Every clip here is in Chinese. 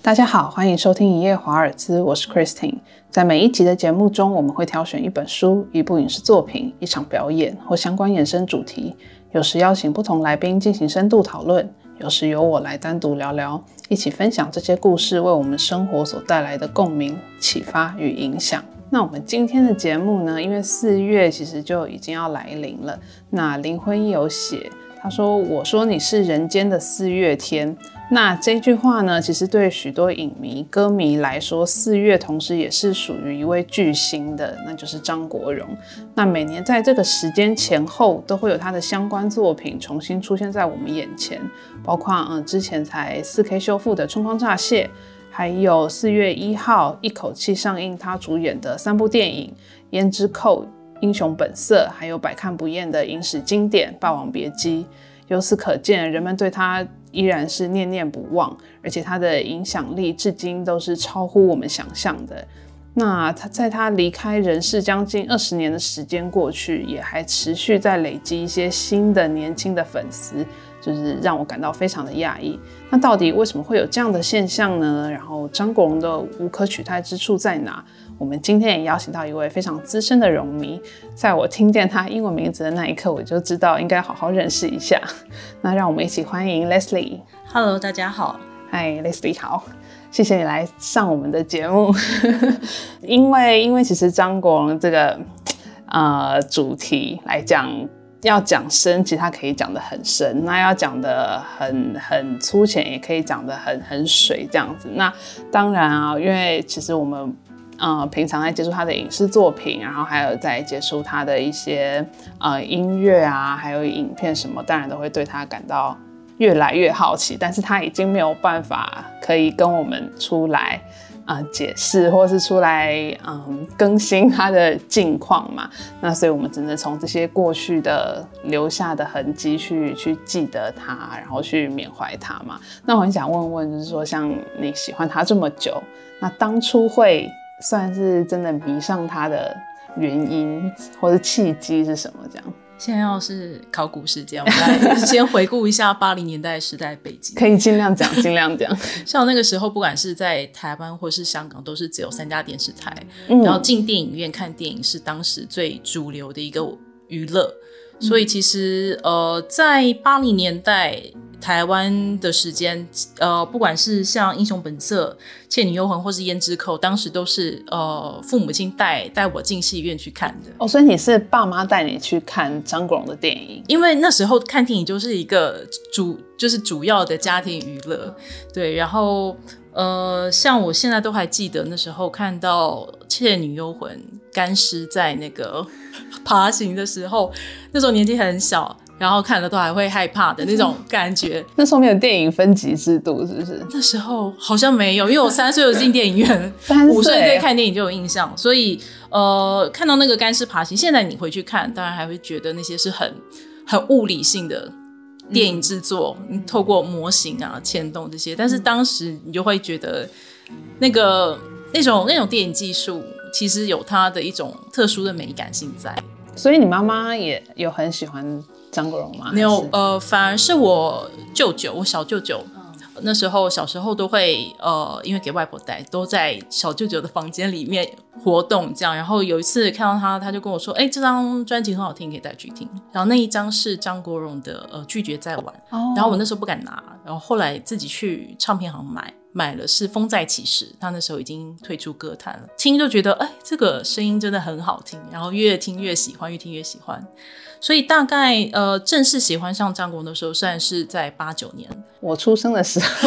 大家好，欢迎收听一夜华尔兹，我是 Christine。在每一集的节目中，我们会挑选一本书、一部影视作品、一场表演或相关衍生主题，有时邀请不同来宾进行深度讨论，有时由我来单独聊聊，一起分享这些故事为我们生活所带来的共鸣、启发与影响。那我们今天的节目呢，因为4月其实就已经要来临了，那林徽因有写，他说：“我说你是人间的4月天。”那这句话呢，其实对许多影迷、歌迷来说，4月同时也是属于一位巨星的，那就是张国荣。那每年在这个时间前后，都会有他的相关作品重新出现在我们眼前，包括之前才4K 修复的《春光乍泄》，还有4月1号一口气上映他主演的3部电影《胭脂扣》、《英雄本色》，还有百看不厌的影史经典《霸王别姬》。由此可见，人们对他依然是念念不忘，而且他的影响力至今都是超乎我们想象的。那在他离开人世将近20年的时间过去，也还持续在累积一些新的年轻的粉丝，就是让我感到非常的讶异。那到底为什么会有这样的现象呢？然后张国荣的无可取代之处在哪？我们今天也邀请到一位非常资深的荣迷，在我听见他英文名字的那一刻，我就知道应该好好认识一下。那让我们一起欢迎 Leslie。Hello， 大家好。 嗨 Leslie， 好，谢谢你来上我们的节目。因为其实张国荣这个主题来讲，要讲深，其实他可以讲得很深；那要讲得很粗浅，也可以讲得很水这样子。那当然啊，因为其实我们平常在接触他的影视作品，然后还有在接触他的一些音乐啊，还有影片什么，当然都会对他感到越来越好奇。但是他已经没有办法可以跟我们出来解释，或是出来更新他的近况嘛。那所以我们只能从这些过去的留下的痕迹去记得他，然后去缅怀他嘛。那我很想问问，就是说像你喜欢他这么久，那当初会算是真的迷上他的原因或是契机是什么？这样现在要是考古事件，我们来先回顾一下80年代时代背景。 可以尽量讲尽量讲。 像那个时候不管是在台湾或是香港，都是只有3家电视台，然后进电影院看电影是当时最主流的一个娱乐。所以其实在80年代台湾的时间，不管是像《英雄本色》、《倩女幽魂》或是《胭脂扣》，当时都是父母亲带我进戏院去看的。 所以你是爸妈带你去看张国荣的电影？ 因为那时候看电影就是一个就是主要的家庭娱乐，对。然后像我现在都还记得那时候看到《倩女幽魂》干尸在那个爬行的时候，那时候年纪很小，然后看了都还会害怕的那种感觉。 那时候没有电影分级制度是不是？ 那时候好像没有，因为我3岁就进电影院5岁对看电影就有印象，所以看到那个干尸爬行，现在你回去看当然还会觉得那些是很物理性的电影制作，透过模型啊牵动这些，但是当时你就会觉得那种电影技术其实有它的一种特殊的美感性在。 所以你妈妈也有很喜欢张国荣吗？ 没有，反而是我舅舅，我小舅舅，那时候小时候都会因为给外婆带，都在小舅舅的房间里面活动这样。然后有一次看到他就跟我说，这张专辑很好听，可以带去听。然后那一张是张国荣的拒绝再玩，然后我那时候不敢拿，然后后来自己去唱片行买了是风再起时，他那时候已经退出歌坛了，听就觉得这个声音真的很好听，然后越听越喜欢，越听越喜欢。所以大概正式喜欢上张国荣的时候算是在89年， 我出生的时候。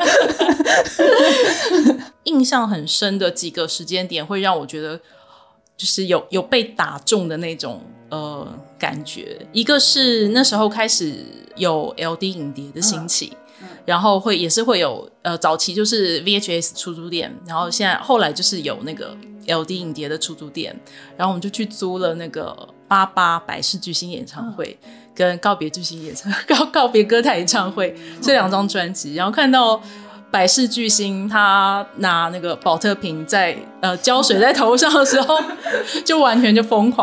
印象很深的几个时间点会让我觉得就是有被打中的那种感觉。一个是那时候开始有 LD 影碟的兴起，然后也是会有早期就是 VHS 出租店，然后后来就是有那个 LD 影碟的出租店，然后我们就去租了那个88百事巨星演唱会跟告别巨星告别歌坛演唱会这2张专辑，然后看到百事巨星他拿那个保特瓶在浇水在头上的时候就完全就疯狂了。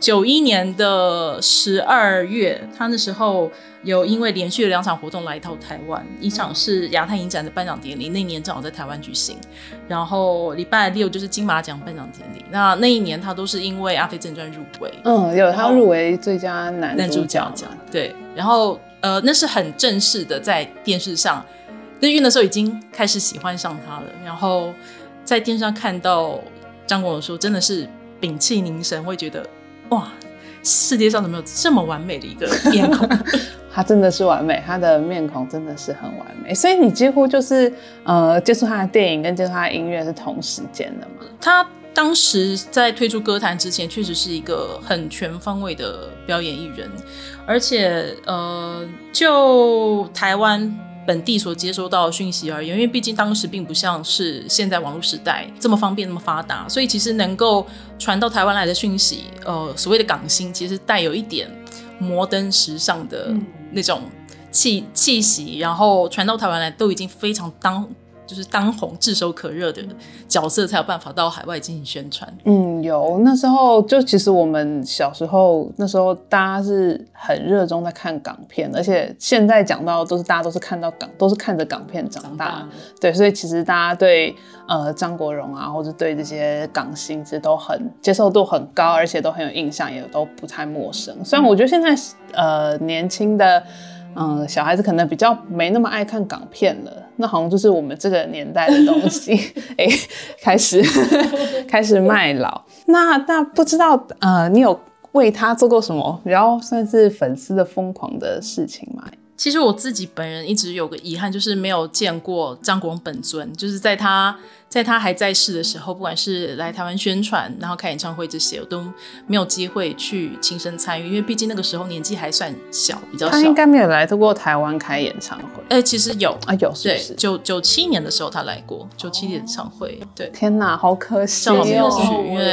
91年的12月，他那时候有因为连续2场活动来到台湾，一场是亚太影展的颁奖典礼，那年正好在台湾举行，然后礼拜六就是金马奖颁奖典礼。那一年他都是因为《阿飞正传》入围， 有他入围最佳男主角奖， 对，然后那是很正式的在电视上，因为那时候已经开始喜欢上他了，然后在电视上看到张国荣的时候，真的是屏气凝神，会觉得哇，世界上怎么有这么完美的一个面孔？ 他真的是完美，他的面孔真的是很完美，所以你几乎就是接触他的电影跟接触他的音乐是同时间的嘛？ 他当时在推出歌坛之前，确实是一个很全方位的表演艺人，而且就台湾本地所接收到的讯息而言，因为毕竟当时并不像是现在网络时代这么方便那么发达，所以其实能够传到台湾来的讯息，所谓的港星其实带有一点摩登时尚的那种气息，然后传到台湾来都已经非常当红炙手可热的角色才有办法到海外进行宣传。 有，那时候就其实我们小时候那时候大家是很热衷在看港片，而且现在讲到大家都是看着港片长大，对，所以其实大家对张国荣啊，或者对这些港星其实都很接受度很高，而且都很有印象，也都不太陌生。虽然我觉得现在年轻的小孩子可能比较没那么爱看港片了，那好像就是我们这个年代的东西开始卖老。那不知道你有为他做过什么比较算是粉丝的疯狂的事情吗？ 其实我自己本人一直有个遗憾，就是没有见过张国荣本尊，就是在他还在世的时候，不管是来台湾宣传然后开演唱会这些，我都没有机会去亲身参与，因为毕竟那个时候年纪还算小，比较小。 他应该没有来过台湾开演唱会。 其实有有是不是？ 对，97年的时候他来过97年演唱会。对， 天哪，好可惜没有去，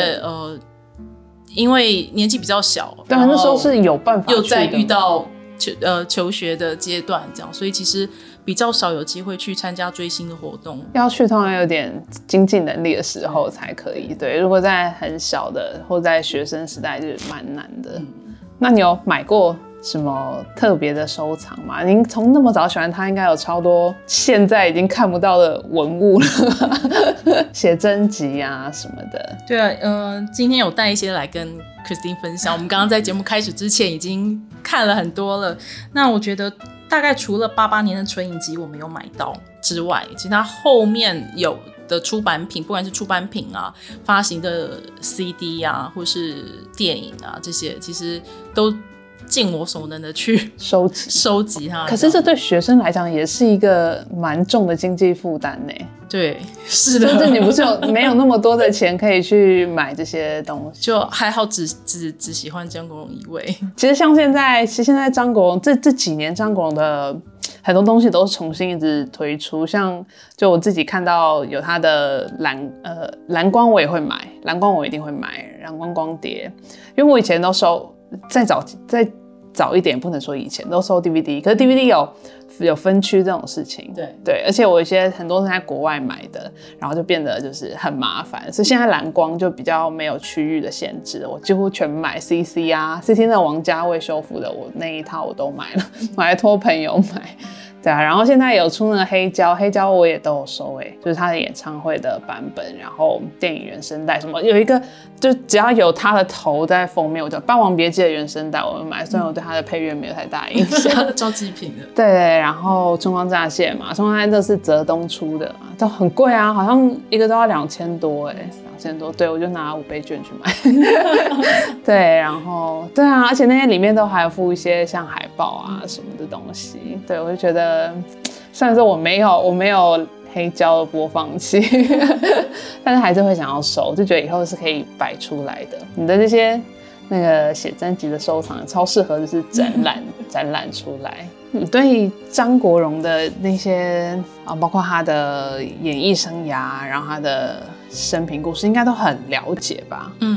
因为年纪比较小， 对，那时候是有办法去的， 又在遇到求学的阶段，这样，所以其实比较少有机会去参加追星的活动。 要去通常有点经济能力的时候才可以。对，如果在很小的或在学生时代就是蛮难的。那你有买过什么特别的收藏吗？您从那么早喜欢他，应该有超多现在已经看不到的文物了，写真集啊什么的。 对啊，今天有带一些来跟 Christine 分享。我们刚刚在节目开始之前已经看了很多了。那我觉得大概除了88年的纯影集我没有买到之外，其实它后面有的出版品，不管是出版品啊、发行的 CD 啊，或是电影啊，这些其实都尽我所能的去收集它。 可是这对学生来讲也是一个蛮重的经济负担呢。 对，是的， 就是你不是没有那么多的钱可以去买这些东西， 就还好只喜欢张国荣一位。 其实像现在张国荣这几年张国荣的很多东西都是重新一直推出，像就我自己看到有他的蓝光我也会买，蓝光我一定会买，蓝光光碟，因为我以前都收，再早一点不能说以前都收 DVD， 可是 DVD 有分区这种事情，对，而且我很多是在国外买的，然后就变得就是很麻烦，所以现在蓝光就比较没有区域的限制，我几乎全买 CC 啊 ，CC 那王家卫修复的，我那一套我都买了，我还托朋友买。对啊，然后现在有出那个黑胶我也都有收就是他的演唱会的版本，然后电影原声带什么，有一个就只要有他的头在封面，我就《霸王别姬》的原声带我会买，虽然我对他的配乐没有太大印象， 超极品的。 对，然后春光乍泄嘛，春光乍泄这是泽东出的嘛，都很贵啊，好像一个都要2000多2000多，对，我就拿5倍券去买。对，然后对啊，而且那些里面都还有附一些像海报啊什么的东西，对，我就觉得虽然说我没有黑胶的播放器，但是还是会想要收，就觉得以后是可以摆出来的。你的这些那个写真集的收藏超适合就是展览出来。你对张国荣的那些包括他的演艺生涯，然后他的生平故事应该都很了解吧？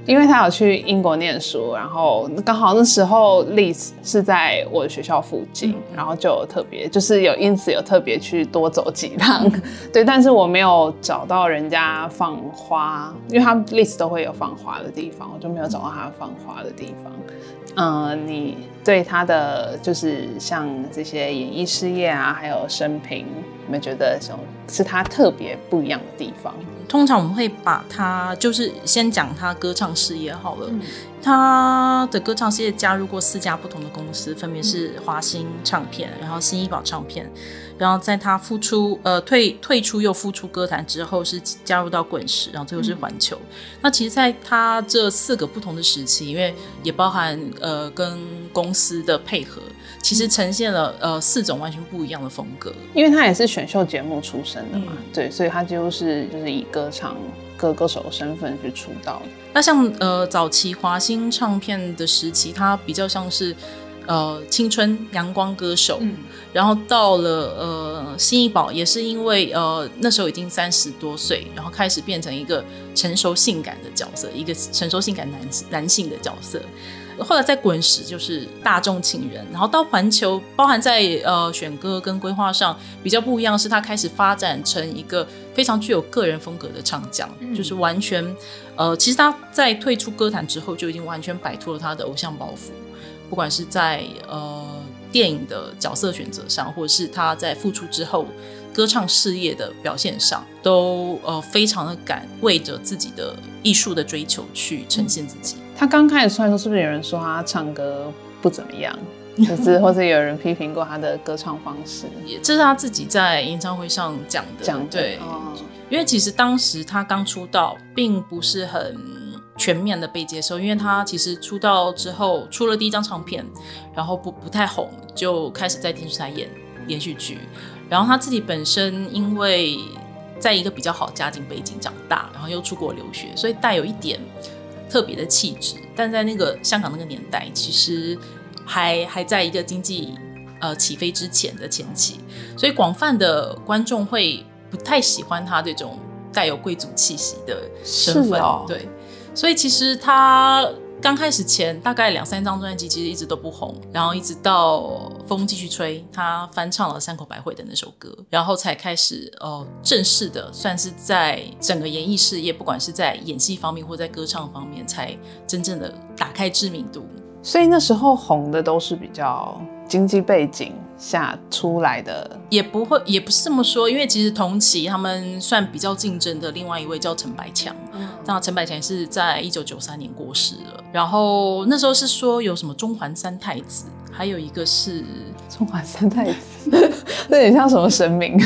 因为他有去英国念书，然后刚好那时候 Liz 是在我的学校附近，然后就有特别，就是因此有特别去多走几趟，对，但是我没有找到人家放花，因为他 Liz 都会有放花的地方，我就没有找到他放花的地方。你对他的就是像这些演艺事业啊，还有生平，有没有觉得是他特别不一样的地方？ 通常我们会把他就是先讲他歌唱事业好了。他的歌唱事业加入过4家不同的公司，分别是华星唱片，然后新艺宝唱片，然后在他退出又复出歌坛之后，是加入到滚石，然后最后是环球。那其实在他这4个不同的时期，因为也包含跟公司的配合，其实呈现了4种完全不一样的风格。 因为他也是选秀节目出身的嘛，对，所以他几乎是就是以歌手的身份去出道的。 那像早期华星唱片的时期，他比较像是青春阳光歌手，然后到了新艺宝，也是因为那时候已经30多岁，然后开始变成一个成熟性感的角色，一个成熟性感男性的角色。后来在滚石就是大众情人，然后到环球，包含在选歌跟规划上比较不一样，是他开始发展成一个非常具有个人风格的唱将，就是完全其实他在退出歌坛之后就已经完全摆脱了他的偶像包袱，不管是在电影的角色选择上，或者是他在复出之后歌唱事业的表现上，都非常的敢为着自己的艺术的追求去呈现自己。 他刚开始出来的时候，是不是有人说他唱歌不怎么样？就是或者有人批评过他的歌唱方式？ 这是他自己在演唱会上讲的。对，因为其实当时他刚出道，并不是很全面的被接受，因为他其实出道之后出了第1张唱片，然后不太红，就开始在电视台演连续剧。然后他自己本身因为在一个比较好家境背景长大，然后又出国留学，所以带有一点特别的气质。但在那个香港那个年代，其实还在一个经济起飞之前的前期，所以广泛的观众会不太喜欢他这种带有贵族气息的身份。对，所以其实他刚开始前大概2-3张专辑其实一直都不红，然后一直到风继续吹，他翻唱了山口百惠的那首歌，然后才开始正式的算是在整个演艺事业，不管是在演戏方面或在歌唱方面，才真正的打开知名度。 所以那时候红的都是比较经济背景下出来的， 也不是这么说，因为其实同期他们算比较竞争的另外一位叫陈百强，那陈百强是在1993年过世了，然后那时候是说有什么中环3太子，还有一个是中环3太子，这有点像什么神明？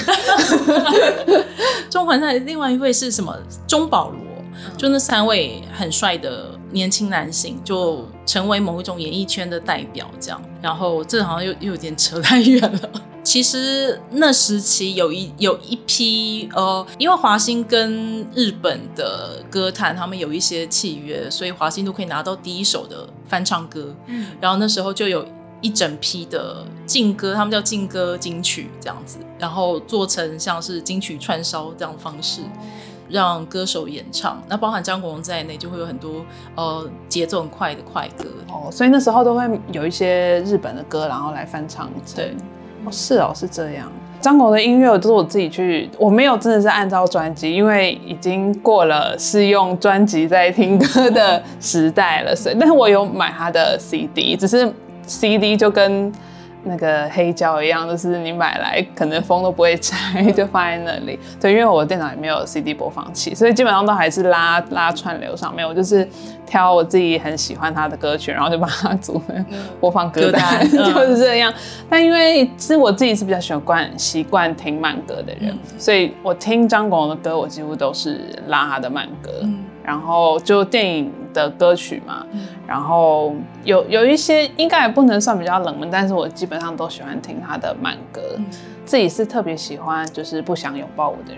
中环3太子，另外一位是什么钟保罗，就那3位很帅的年轻男性，就成为某一种演艺圈的代表这样。然后这好像又有点扯太远了。其实那时期有一批因为华星跟日本的歌坛他们有一些契约，所以华星都可以拿到第1首的翻唱歌，然后那时候就有一整批的劲歌，他们叫劲歌金曲这样子，然后做成像是金曲串烧这样的方式让歌手演唱，那包含张国荣在内，就会有很多节奏很快的快歌。 所以那时候都会有一些日本的歌，然后来翻唱。 对， 是这样。张国荣的音乐都是我自己去，我没有真的是按照专辑，因为已经过了是用专辑在听歌的时代了，所以但是我有买他的 CD， 只是 CD 就跟那个黑胶一样，就是你买来可能封都不会拆，就放在那里。对，因为我电脑也没有 CD 播放器，所以基本上都还是拉串流上面。我就是挑我自己很喜欢他的歌曲，然后就把它组成播放歌单，就是这样。但因为其实我自己是比较习惯听慢歌的人，所以我听张国荣的歌，我几乎都是拉他的慢歌。然后就电影的歌曲嘛，然后有一些应该也不能算比较冷门，但是我基本上都喜欢听他的慢歌。自己是特别喜欢就是不想拥抱我的人，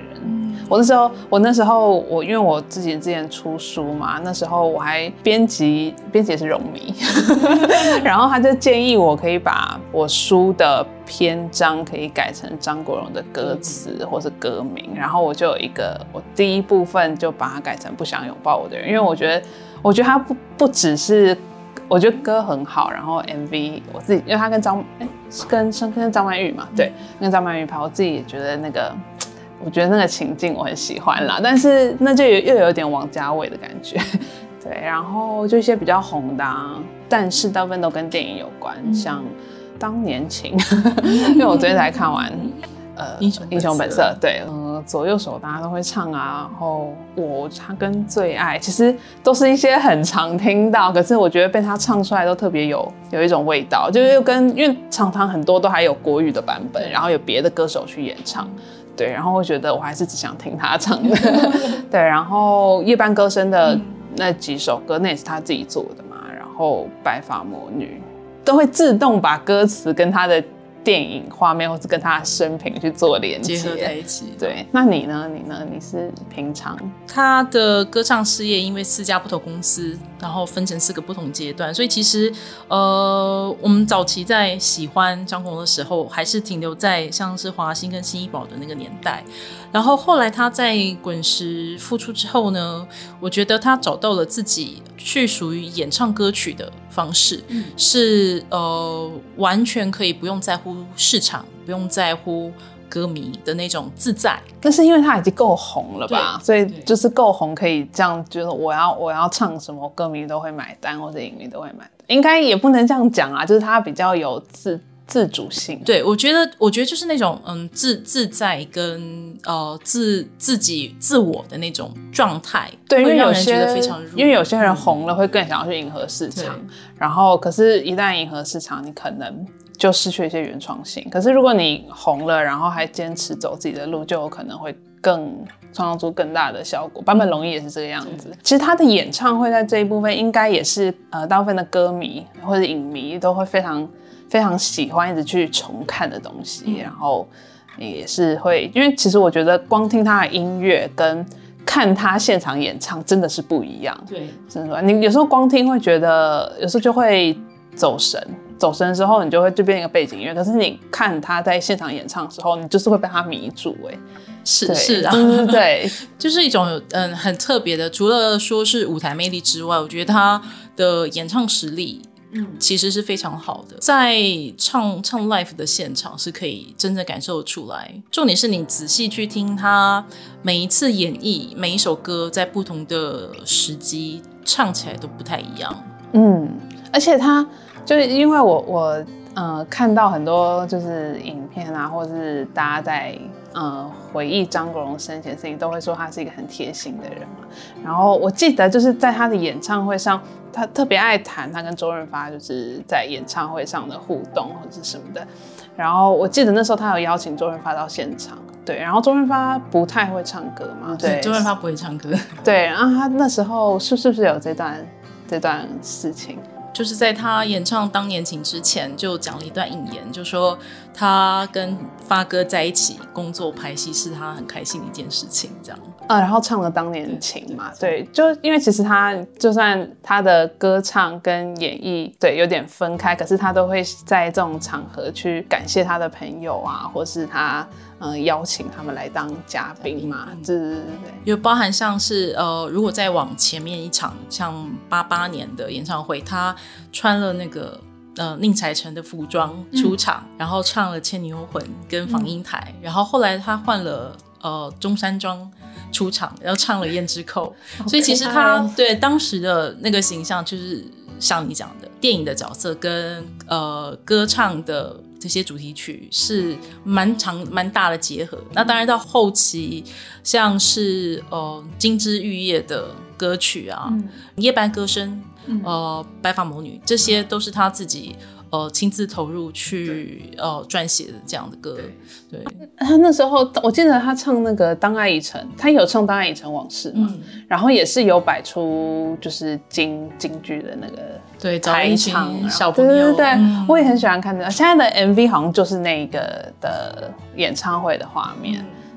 我那时候因为我自己之前出书嘛，那时候我还编辑也是荣迷，然后他就建议我可以把我书的篇章可以改成张国荣的歌词或是歌名，然后我就有我第一部分就把它改成不想拥抱我的人，因为我觉得他不只是。我觉得歌很好，然后 MV 我自己，因为他跟张曼玉嘛，对，跟张曼玉拍，我自己也觉得我觉得那个情境我很喜欢啦，但是那就又有点王家卫的感觉，对，然后就一些比较红的但是大部分都跟电影有关，像当年情，因为我昨天才看完。英雄本色，对，左右手大家都会唱啊，然后他跟最爱其实都是一些很常听到，可是我觉得被他唱出来都特别有一种味道，就是因为常常很多都还有国语的版本，然后有别的歌手去演唱，对，然后我觉得我还是只想听他唱的，对，然后夜班歌声的那几首歌，那也是他自己做的嘛，然后白发魔女都会自动把歌词跟他的电影画面或是跟他的生平去做连接， 结合在一起。 对，那你呢？你是平常他的歌唱事业因为4家不同公司，然后分成4个不同阶段，所以其实我们早期在喜欢张国荣的时候，还是停留在像是华星跟新一宝的那个年代。然后后来他在滚石复出之后呢，我觉得他找到了自己去属于演唱歌曲的方式，是完全可以不用在乎市场，不用在乎歌迷的那种自在。 但是因为他已经够红了吧，所以就是够红可以这样，就是我要唱什么歌迷都会买单，或者影迷都会买单，应该也不能这样讲啊，就是他比较有自主性。 对，我觉得就是那种自在跟自我的那种状态， 对， 会让人觉得非常因为有些人红了会更想要去迎合市场，然后可是一旦迎合市场，你可能就失去一些原创性。可是如果你红了，然后还坚持走自己的路，就有可能会创造出更大的效果。坂本龙一也是这个样子。其实他的演唱会在这一部分应该也是大部分的歌迷或者影迷都会非常非常喜欢一直去重看的东西，然后也是会，因为其实我觉得光听他的音乐跟看他现场演唱真的是不一样。 对， 真的，你有时候光听会觉得，有时候就会走神的时候，你就变成一个背景音乐。可是你看他在现场演唱的时候，你就是会被他迷住。 是啊， 对， 就是一种很特别的。除了说是舞台魅力之外，我觉得他的演唱实力其实是非常好的，在唱 live 的现场是可以真正感受出来。重点是你仔细去听他每一次演绎，每一首歌在不同的时机唱起来都不太一样。 而且他就是因为我看到很多就是影片啊，或是大家在回忆张国荣生前的事情，都会说他是一个很贴心的人嘛。然后我记得就是在他的演唱会上，他特别爱谈他跟周润发就是在演唱会上的互动或者是什么的。然后我记得那时候他有邀请周润发到现场，对，然后周润发不太会唱歌嘛，对， 周润发不会唱歌， 对，然后他那时候是不是有这段事情？ 就是在他演唱《当年情》之前就讲了一段引言，就说他跟发哥在一起工作拍戏是他很开心的一件事情，这样。 然后唱了《当年情》嘛，对，就因为其实他就算他的歌唱跟演绎对有点分开，可是他都会在这种场合去感谢他的朋友啊，或是他邀请他们来当嘉宾嘛，对， 有包含像是如果再往前面一场，像88年的演唱会，他穿了那个宁采臣的服装出场，然后唱了《倩女幽魂》跟《访英台》，然后后来他换了中山装出场，然后唱了《胭脂扣》，所以其实他对当时的那个形象就是像你讲的电影的角色跟歌唱的这些主题曲是蛮大的结合。那当然到后期像是金枝玉叶的歌曲啊，夜班歌声，白发魔女，这些都是他自己亲自投入去撰写的这样的歌。对， 他那时候我记得他唱那个《当爱已成》，他有唱《当爱已成往事》嘛，然后也是有摆出就是京剧的那个对台场小朋友， 对，我也很喜欢看的。现在的 MV 好像就是那个的演唱会的画面。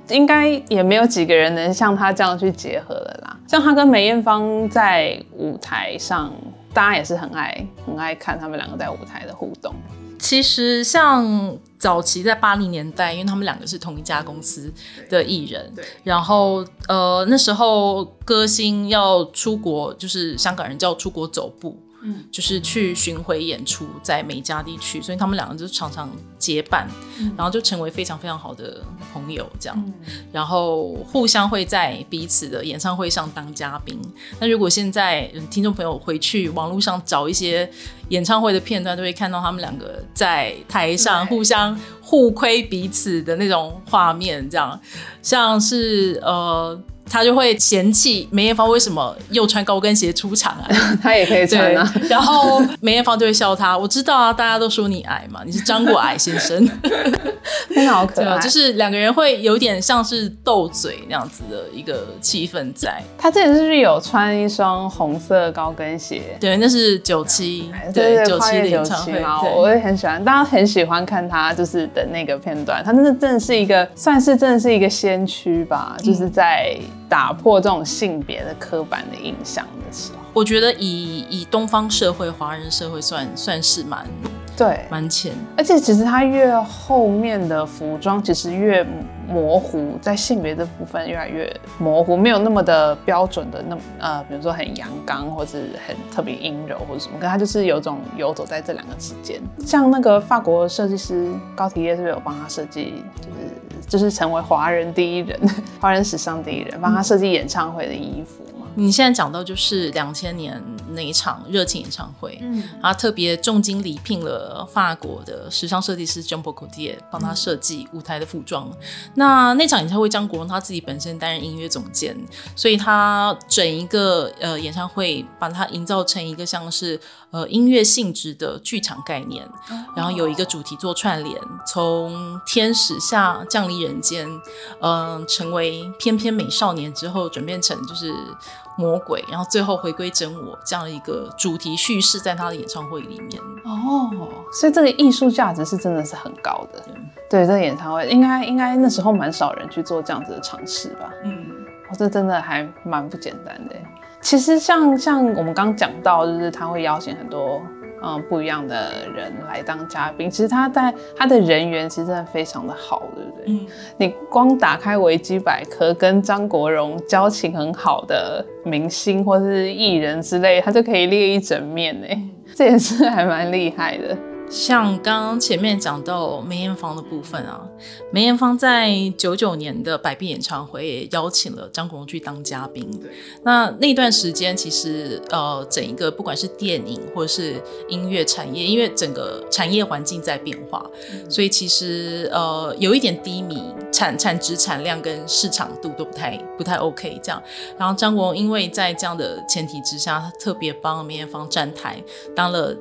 应该也没有几个人能像他这样去结合了啦。像他跟梅艳芳在舞台上，大家也是很爱看他们两个在舞台的互动。 其实像早期在80年代，因为他们两个是同一家公司的艺人，然后那时候歌星要出国，就是香港人叫出国走步，就是去巡回演出在每一家地区，所以他们两个就常常结伴，然后就成为非常非常好的朋友这样，然后互相会在彼此的演唱会上当嘉宾。那如果现在听众朋友回去网络上找一些演唱会的片段，都会看到他们两个在台上互相互亏彼此的那种画面，这样像是他就会嫌弃梅艳芳为什么又穿高跟鞋出场啊， 他也可以穿啊， 然后梅艳芳就会笑他，我知道啊，大家都说你矮嘛，你是张国矮先生。 真的好可爱， 就是两个人会有点像是斗嘴那样子的一个气氛在。 他之前是不是有穿一双红色高跟鞋？ 对，那是97， 对 97的演唱会嘛，我也很喜欢，大家很喜欢看他就是的那个片段，他真的是一个算是真的是一个先驱吧，就是在打破这种性别的刻板的印象的时候， 我觉得以东方社会、华人社会算是蛮浅， 而且其实他越后面的服装其实越模糊，在性别这部分越来越模糊，没有那么的标准的比如说很阳刚或者很特别阴柔或者什么，可他就是有种游走在这两个之间。像那个法国设计师高缇耶是不是有帮他设计，就是成为华人第一人，华人史上第一人，帮他设计演唱会的衣服。 你现在讲到就是2000年那一场热情演唱会，他特别重金礼聘了法国的时尚设计师 Jean Paul Gaultier 帮他设计舞台的服装。那场演唱会张国荣他自己本身担任音乐总监，所以他整一个演唱会把它营造成一个像是音乐性质的剧场概念，然后有一个主题做串联，从天使下降临人间，成为翩翩美少年之后转变成就是魔鬼，然后最后回归真我，这样的一个主题叙事在他的演唱会里面。 所以这个艺术价值是真的是很高的。对，这个演唱会应该那时候蛮少人去做这样子的尝试吧。这真的还蛮不简单的。其实像我们刚讲到，就是他会邀请很多不一样的人来当嘉宾，其实他的人缘其实真的非常的好，对不对？你光打开维基百科，跟张国荣交情很好的明星或是艺人之类，他就可以列一整面耶，这也是还蛮厉害的。 像刚刚前面讲到梅艳芳的部分啊，梅艳芳在99年的百变演唱会也邀请了张国荣去当嘉宾。那段时间其实整一个不管是电影或者是音乐产业，因为整个产业环境在变化，所以其实有一点低迷，产值产量跟市场度都不太 OK 这样。然后张国荣因为在这样的前提之下，他特别帮梅艳芳站台，当了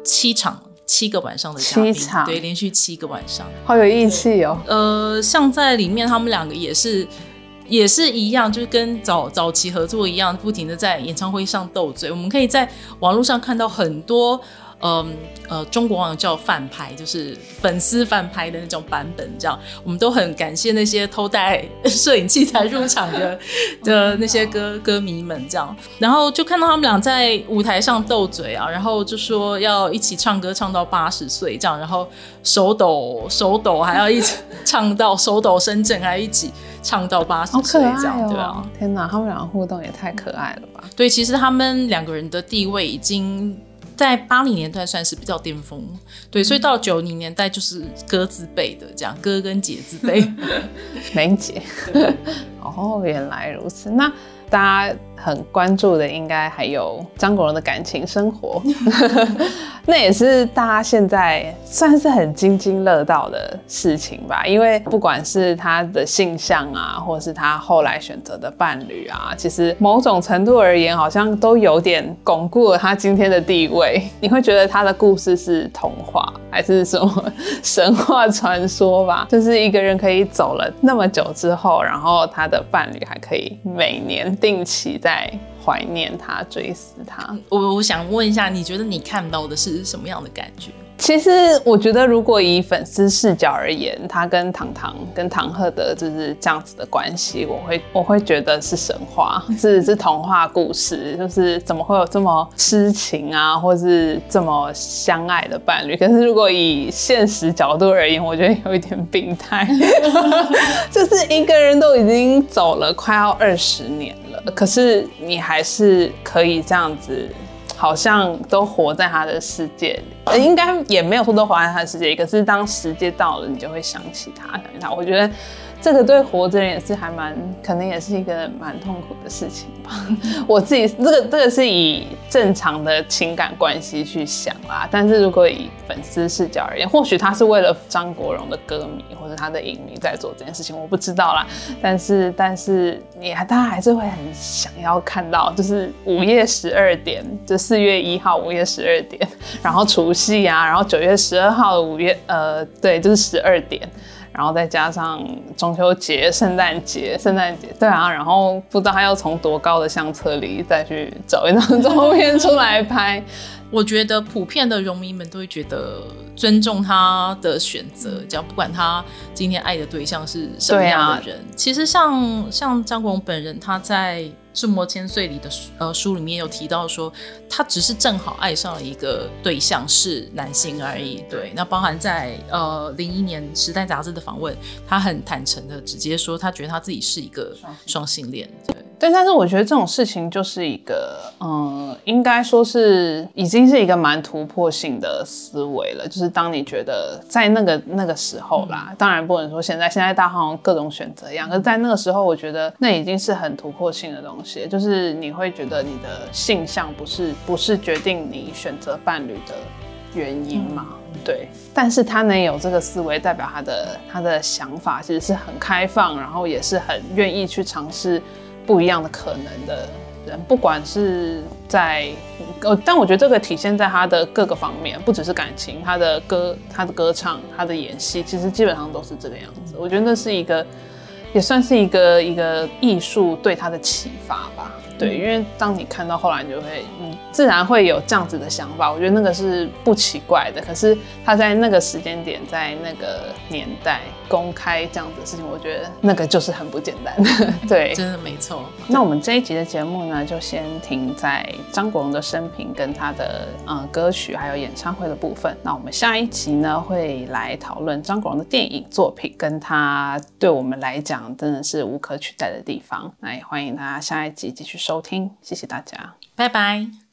7个晚上的嘉宾，对，连续7个晚上， 好有义气哦。 像在里面他们两个也是一样，就是跟早期合作一样，不停的在演唱会上斗嘴。我们可以在网络上看到很多中国网友叫饭拍，就是粉丝饭拍的那种版本，这样我们都很感谢那些偷带摄影器材入场的那些歌迷们，这样，然后就看到他们俩在舞台上斗嘴啊，然后就说要一起唱歌唱到80岁这样，然后手抖还要一起唱到手抖身震，还要一起唱到80岁这样，对啊， 天哪，他们两个互动也太可爱了吧？ 对，其实他们两个人的地位已经在80年代算是比较巅峰，对，所以到90年代就是哥字辈的这样，哥跟姐字辈， 梅姐。原来如此。那大家很关注的应该还有张国荣的感情生活，那也是大家现在算是很津津乐道的事情吧。因为不管是他的性向啊，或是他后来选择的伴侣啊，其实某种程度而言，好像都有点巩固了他今天的地位。你会觉得他的故事是童话，还是什么神话传说吧？就是一个人可以走了那么久之后，然后他的伴侣还可以每年定期在怀念他、追思他。 我想问一下，你觉得你看到的是什么样的感觉？ 其实我觉得，如果以粉丝视角而言，他跟唐唐、跟唐鹤德就是这样子的关系，我会觉得是神话，是童话故事，就是怎么会有这么痴情啊，或是这么相爱的伴侣？可是如果以现实角度而言，我觉得有一点病态，就是一个人都已经走了快要20年了，可是你还是可以这样子。好像都活在他的世界里，应该也没有说都活在他的世界里，可是当时间到了，你就会想起他，想起他。我觉得这个对活着人也是可能也是一个蛮痛苦的事情吧。我自己这个是以正常的情感关系去想啦，但是如果以粉丝视角而言，或许他是为了张国荣的歌迷或者他的影迷在做这件事情，我不知道啦。但是大家还是会很想要看到，就是午夜12点，就4月1号午夜12点，然后除夕啊，然后9月12号的对，就是12点。然后再加上中秋节、圣诞节，对啊，然后不知道他要从多高的相册里再去找一张照片出来拍。 我觉得普遍的荣迷们都会觉得尊重他的选择，只要不管他今天爱的对象是什么样的人。其实像张国荣本人，他在《志摩千岁》里的书里面有提到说，他只是正好爱上了一个对象是男性而已。对，那包含在01年《时代》杂志的访问，他很坦诚的直接说，他觉得他自己是一个双性恋。 对，但是我觉得这种事情就是一个，应该说是已经是一个蛮突破性的思维了。就是当你觉得在那个时候啦，当然不能说现在大家好像各种选择一样，可是在那个时候，我觉得那已经是很突破性的东西。就是你会觉得你的性向不是决定你选择伴侣的原因嘛？对，但是他能有这个思维，代表他的想法其实是很开放，然后也是很愿意去尝试不一样的可能的人，不管是但我觉得这个体现在他的各个方面，不只是感情，他的歌唱，他的演戏，其实基本上都是这个样子。我觉得那是也算是一个艺术对他的启发吧。对，因为当你看到后来，你就会自然会有这样子的想法。我觉得那个是不奇怪的，可是他在那个时间点，在那个年代公开这样子的事情，我觉得那个就是很不简单的。对， 真的没错。 那我们这一集的节目呢，就先停在张国荣的生平跟他的歌曲还有演唱会的部分。那我们下一集呢，会来讨论张国荣的电影作品，跟他对我们来讲真的是无可取代的地方。那也欢迎大家下一集继续收听，谢谢大家， 拜拜。